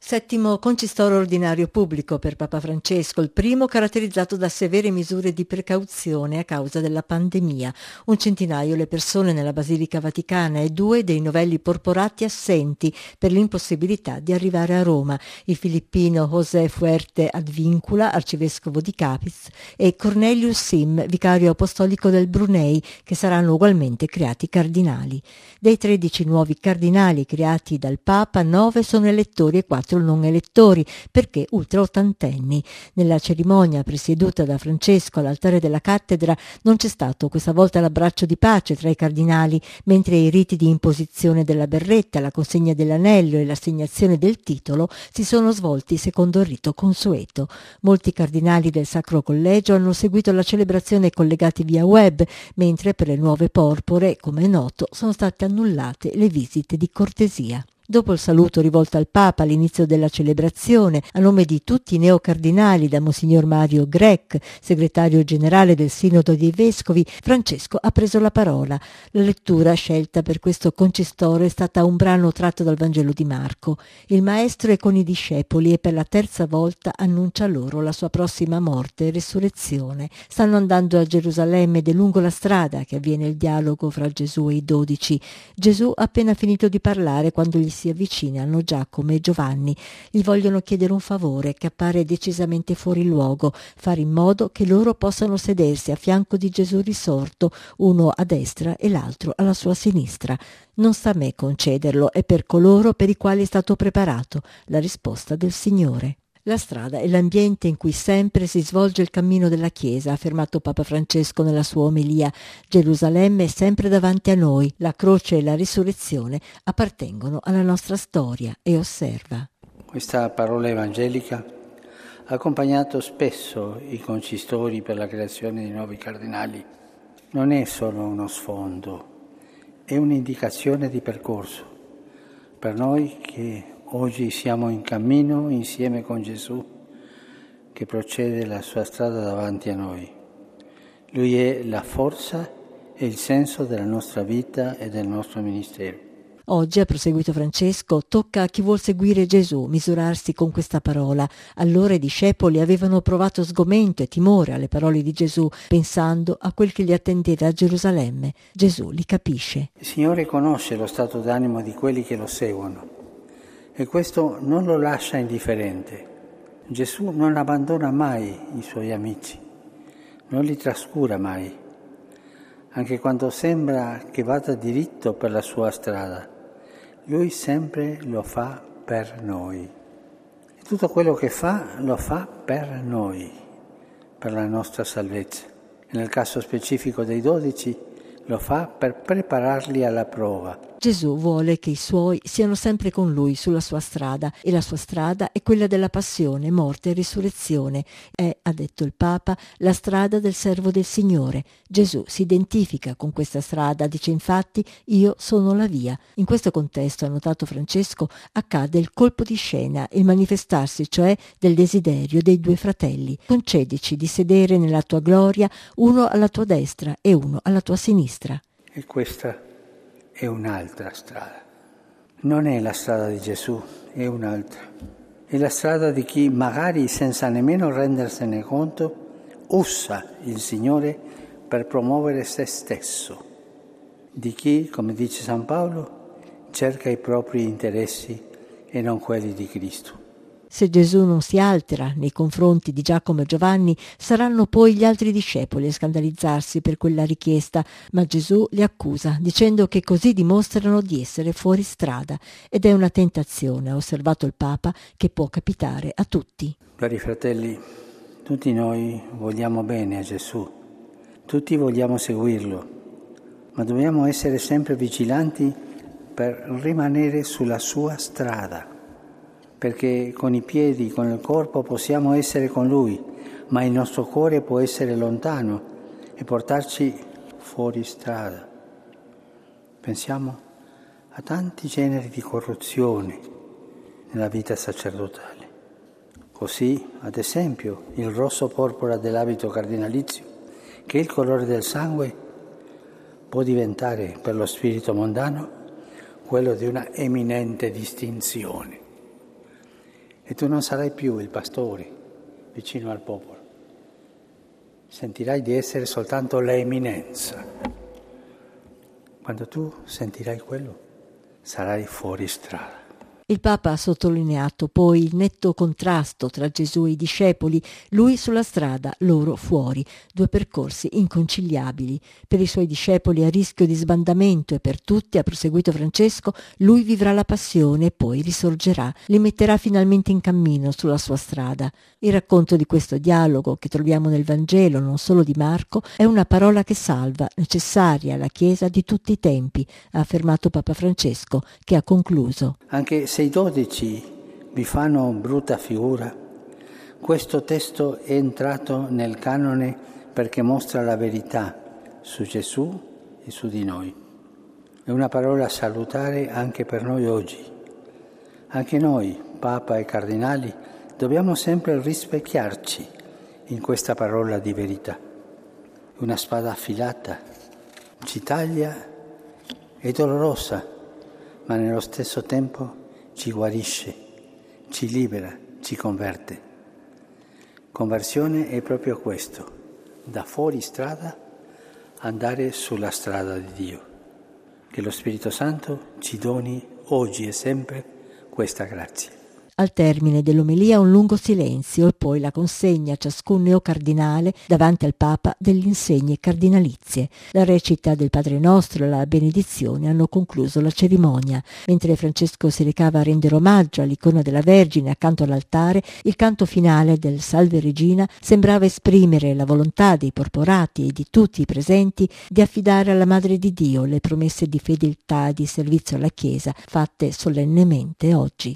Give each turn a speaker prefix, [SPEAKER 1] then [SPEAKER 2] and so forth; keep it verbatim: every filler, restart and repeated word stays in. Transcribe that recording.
[SPEAKER 1] Settimo concistoro ordinario pubblico per Papa Francesco, il primo caratterizzato da severe misure di precauzione a causa della pandemia. Un centinaio le persone nella Basilica Vaticana e due dei novelli porporati assenti per l'impossibilità di arrivare a Roma, il filippino José Fuerte Advíncula, arcivescovo di Cádiz, e Cornelius Sim, vicario apostolico del Brunei, che saranno ugualmente creati cardinali. Dei tredici nuovi cardinali creati dal Papa, nove sono elettori e quattro non elettori, perché ultra ottantenni. Nella cerimonia presieduta da Francesco all'altare della cattedra non c'è stato questa volta l'abbraccio di pace tra i cardinali, mentre i riti di imposizione della berretta, la consegna dell'anello e l'assegnazione del titolo si sono svolti secondo il rito consueto. Molti cardinali del Sacro Collegio hanno seguito la celebrazione collegati via web, mentre per le nuove porpore, come è noto, sono state annullate le visite di cortesia. Dopo il saluto rivolto al Papa all'inizio della celebrazione, a nome di tutti i neocardinali da Monsignor Mario Grech, segretario generale del Sinodo dei Vescovi, Francesco ha preso la parola. La lettura scelta per questo concistoro è stata un brano tratto dal Vangelo di Marco. Il Maestro è con i discepoli e per la terza volta annuncia loro la sua prossima morte e resurrezione. Stanno andando a Gerusalemme ed è lungo la strada che avviene il dialogo fra Gesù e i dodici. Gesù ha appena finito di parlare quando gli si avvicinano Giacomo e Giovanni. Gli vogliono chiedere un favore che appare decisamente fuori luogo, fare in modo che loro possano sedersi a fianco di Gesù risorto, uno a destra e l'altro alla sua sinistra. Non sta a me concederlo, è per coloro per i quali è stato preparato. La risposta del Signore. La strada è l'ambiente in cui sempre si svolge il cammino della Chiesa, ha affermato Papa Francesco nella sua omelia. Gerusalemme è sempre davanti a noi, la croce e la risurrezione appartengono alla nostra storia, e osserva.
[SPEAKER 2] Questa parola evangelica ha accompagnato spesso i concistori per la creazione di nuovi cardinali. Non è solo uno sfondo, è un'indicazione di percorso per noi che oggi siamo in cammino insieme con Gesù che procede la sua strada davanti a noi. Lui è la forza e il senso della nostra vita e del nostro ministero.
[SPEAKER 1] Oggi, ha proseguito Francesco, tocca a chi vuol seguire Gesù misurarsi con questa parola. Allora i discepoli avevano provato sgomento e timore alle parole di Gesù, pensando a quel che li attendeva a Gerusalemme. Gesù li capisce.
[SPEAKER 2] Il Signore conosce lo stato d'animo di quelli che lo seguono. E questo non lo lascia indifferente. Gesù non abbandona mai i suoi amici, non li trascura mai, anche quando sembra che vada diritto per la sua strada. Lui sempre lo fa per noi. E tutto quello che fa, lo fa per noi, per la nostra salvezza. E nel caso specifico dei dodici, lo fa per prepararli alla prova.
[SPEAKER 1] Gesù vuole che i suoi siano sempre con lui sulla sua strada, e la sua strada è quella della passione, morte e risurrezione. È, ha detto il Papa, la strada del servo del Signore. Gesù si identifica con questa strada, dice infatti: io sono la via. In questo contesto, ha notato Francesco, accade il colpo di scena, il manifestarsi cioè del desiderio dei due fratelli. Concedici di sedere nella tua gloria, uno alla tua destra e uno alla tua sinistra.
[SPEAKER 2] E questa è un'altra strada. Non è la strada di Gesù, è un'altra. È la strada di chi, magari senza nemmeno rendersene conto, usa il Signore per promuovere se stesso. Di chi, come dice San Paolo, cerca i propri interessi e non quelli di Cristo.
[SPEAKER 1] Se Gesù non si altera nei confronti di Giacomo e Giovanni, saranno poi gli altri discepoli a scandalizzarsi per quella richiesta, ma Gesù li accusa, dicendo che così dimostrano di essere fuori strada. Ed è una tentazione, ha osservato il Papa, che può capitare a tutti.
[SPEAKER 2] Cari fratelli, tutti noi vogliamo bene a Gesù, tutti vogliamo seguirlo, ma dobbiamo essere sempre vigilanti per rimanere sulla sua strada. Perché con i piedi, con il corpo possiamo essere con Lui, ma il nostro cuore può essere lontano e portarci fuori strada. Pensiamo a tanti generi di corruzione nella vita sacerdotale. Così, ad esempio, il rosso porpora dell'abito cardinalizio, che è il colore del sangue, può diventare per lo spirito mondano quello di una eminente distinzione. e tu non sarai più il pastore vicino al popolo. Sentirai di essere soltanto l'eminenza. Quando tu sentirai quello, sarai fuori strada.
[SPEAKER 1] Il Papa ha sottolineato poi il netto contrasto tra Gesù e i discepoli, lui sulla strada, loro fuori, due percorsi inconciliabili. Per i suoi discepoli a rischio di sbandamento e per tutti, ha proseguito Francesco, lui vivrà la passione e poi risorgerà, li metterà finalmente in cammino sulla sua strada. Il racconto di questo dialogo che troviamo nel Vangelo, non solo di Marco, è una parola che salva, necessaria alla Chiesa di tutti i tempi, ha affermato Papa Francesco, che ha concluso.
[SPEAKER 2] Anche se i dodici vi fanno brutta figura, questo testo è entrato nel canone perché mostra la verità su Gesù e su di noi. È una parola salutare anche per noi oggi. Anche noi, Papa e Cardinali, dobbiamo sempre rispecchiarci in questa parola di verità. Una spada affilata ci taglia, è dolorosa, ma nello stesso tempo ci guarisce, ci libera, ci converte. Conversione è proprio questo, da fuori strada andare sulla strada di Dio. Che lo Spirito Santo ci doni oggi e sempre questa grazia.
[SPEAKER 1] Al termine dell'omelia un lungo silenzio e poi la consegna a ciascun neocardinale davanti al Papa delle insegne cardinalizie. La recita del Padre Nostro e la benedizione hanno concluso la cerimonia. Mentre Francesco si recava a rendere omaggio all'icona della Vergine accanto all'altare, il canto finale del Salve Regina sembrava esprimere la volontà dei porporati e di tutti i presenti di affidare alla Madre di Dio le promesse di fedeltà e di servizio alla Chiesa fatte solennemente oggi.